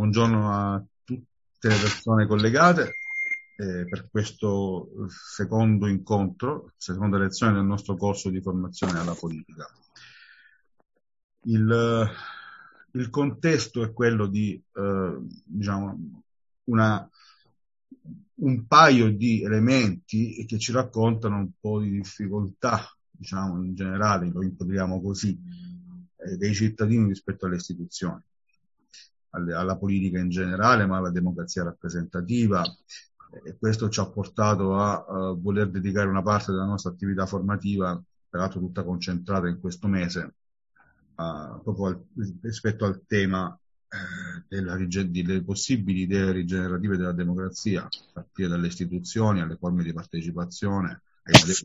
Buongiorno a tutte le persone collegate per questo secondo incontro, seconda lezione del nostro corso di formazione alla politica. Il contesto è quello di un paio di elementi che ci raccontano un po' di difficoltà, in generale, lo inquadriamo così, dei cittadini rispetto alle istituzioni, alla politica in generale, ma alla democrazia rappresentativa, e questo ci ha portato a voler dedicare una parte della nostra attività formativa, peraltro tutta concentrata in questo mese, proprio rispetto al tema delle possibili idee rigenerative della democrazia, a partire dalle istituzioni, alle forme di partecipazione, ai modelli.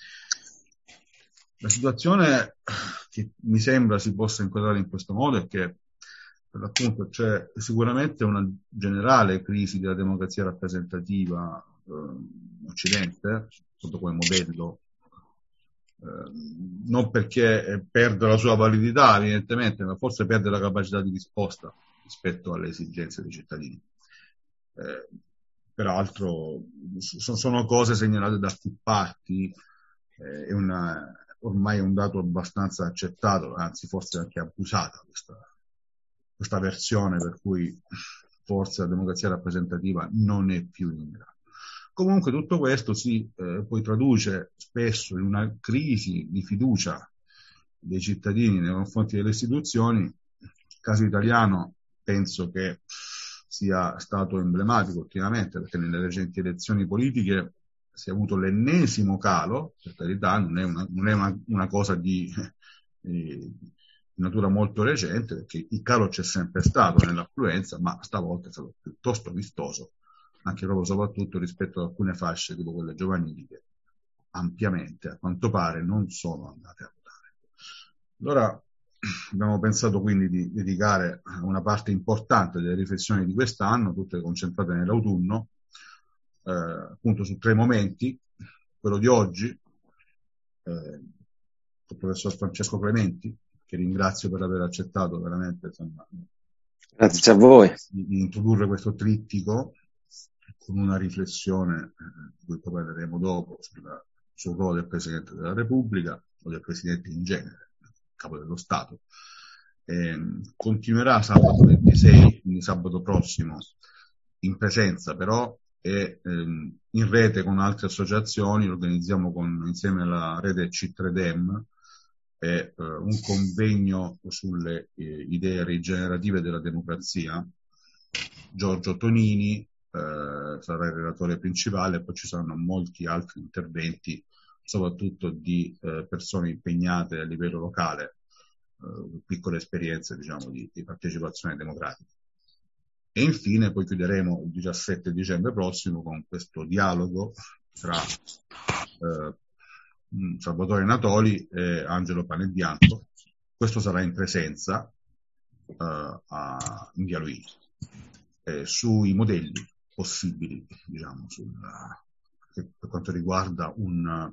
La situazione che mi sembra si possa inquadrare in questo modo è che, per l'appunto, c'è sicuramente una generale crisi della democrazia rappresentativa in Occidente, sotto quel modello, non perché perde la sua validità, evidentemente, ma forse perde la capacità di risposta rispetto alle esigenze dei cittadini. Peraltro sono cose segnalate da più parti, ormai è un dato abbastanza accettato, anzi forse anche abusata questa versione per cui forse la democrazia rappresentativa non è più in grado. Comunque tutto questo si poi traduce spesso in una crisi di fiducia dei cittadini nei confronti delle istituzioni. Il caso italiano penso che sia stato emblematico ultimamente, perché nelle recenti elezioni politiche si è avuto l'ennesimo calo, per carità, non è una cosa di natura molto recente, perché il calo c'è sempre stato nell'affluenza, ma stavolta è stato piuttosto vistoso, anche proprio soprattutto rispetto ad alcune fasce tipo quelle giovanili che ampiamente, a quanto pare, non sono andate a votare. Allora abbiamo pensato quindi di dedicare una parte importante delle riflessioni di quest'anno, tutte concentrate nell'autunno, appunto su 3 momenti: quello di oggi, il professor Francesco Clementi, che ringrazio per aver accettato veramente, insomma, grazie a voi, di introdurre questo trittico con una riflessione di cui poi parleremo dopo sul ruolo del Presidente della Repubblica o del Presidente in genere, capo dello Stato. Continuerà sabato 26, quindi sabato prossimo, in presenza però, e in rete con altre associazioni. Organizziamo insieme alla rete C3DEM un convegno sulle idee rigenerative della democrazia. Giorgio Tonini sarà il relatore principale, e poi ci saranno molti altri interventi, soprattutto di persone impegnate a livello locale, piccole esperienze, di partecipazione democratica. E infine poi chiuderemo il 17 dicembre prossimo con questo dialogo tra Salvatore Natoli e Angelo Panebianco. Questo sarà in presenza in Via Luigi, sui modelli possibili, per quanto riguarda una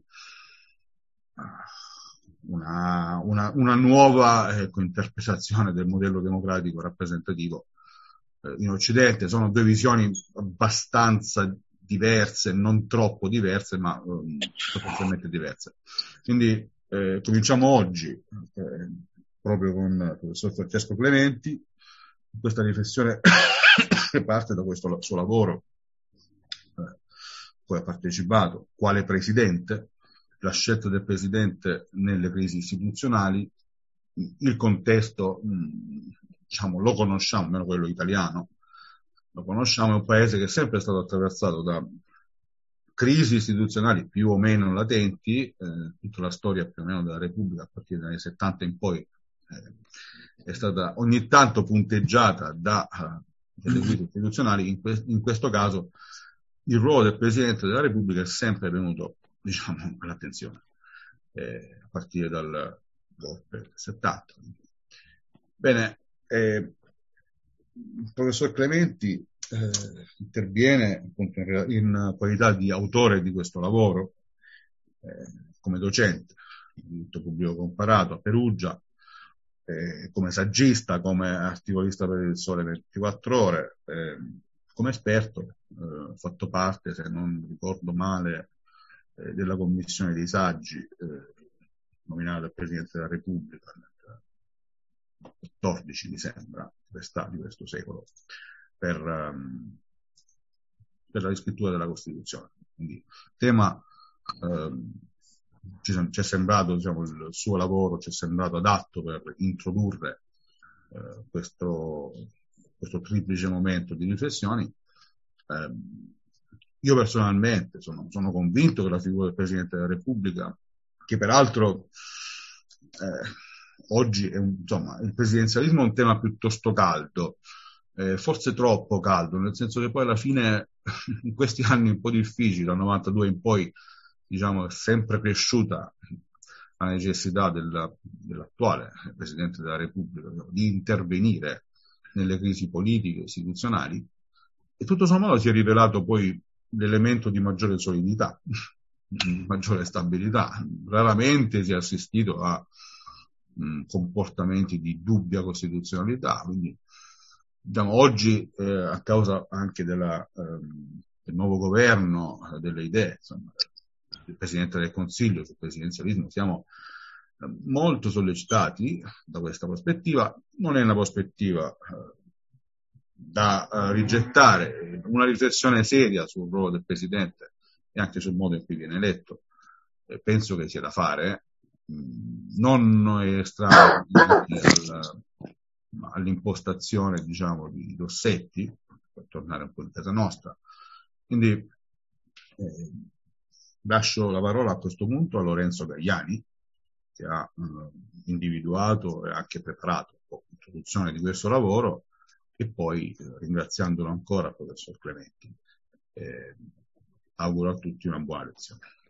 nuova interpretazione del modello democratico rappresentativo in Occidente. Sono 2 visioni abbastanza diverse, non troppo diverse, ma sostanzialmente diverse. Quindi cominciamo oggi proprio con il professor Francesco Clementi, questa riflessione che parte da questo suo lavoro, cui ha partecipato quale presidente, la scelta del presidente nelle crisi istituzionali. Il contesto, lo conosciamo, almeno quello italiano, lo conosciamo. È un paese che è sempre stato attraversato da crisi istituzionali più o meno latenti, tutta la storia più o meno della Repubblica a partire dagli anni 70 in poi è stata ogni tanto punteggiata da delle crisi istituzionali. In questo caso il ruolo del Presidente della Repubblica è sempre venuto, all'attenzione, a partire dal golpe del 70. Bene, il professor Clementi interviene appunto in qualità di autore di questo lavoro, come docente di diritto pubblico comparato a Perugia, come saggista, come articolista per il Sole 24 Ore, come esperto, ho fatto parte, se non ricordo male, della commissione dei saggi nominata dal Presidente della Repubblica nel 14, mi sembra, di questo secolo, per la riscrittura della Costituzione. Quindi tema ci è sembrato, diciamo, il suo lavoro ci è sembrato adatto per introdurre questo triplice momento di riflessioni. Io personalmente sono convinto che la figura del Presidente della Repubblica, che peraltro oggi è insomma, il presidenzialismo è un tema piuttosto caldo, forse troppo caldo, nel senso che poi alla fine in questi anni un po' difficili, dal 92 in poi, diciamo, è sempre cresciuta la necessità dell'attuale Presidente della Repubblica di intervenire nelle crisi politiche e istituzionali, e tutto sommato si è rivelato poi l'elemento di maggiore solidità, maggiore stabilità. Raramente si è assistito a comportamenti di dubbia costituzionalità, quindi diciamo, oggi a causa anche del nuovo governo, delle idee, insomma, del Presidente del Consiglio sul presidenzialismo, siamo molto sollecitati da questa prospettiva. Non è una prospettiva da rigettare, una riflessione seria sul ruolo del Presidente e anche sul modo in cui viene eletto, penso che sia da fare, non estraneo all'impostazione, diciamo, di Dossetti, per tornare un po' in casa nostra. Quindi lascio la parola a questo punto a Lorenzo Gagliani, che ha individuato e anche preparato l'introduzione di questo lavoro, e poi, ringraziandolo ancora, professor Clementi, auguro a tutti una buona lezione.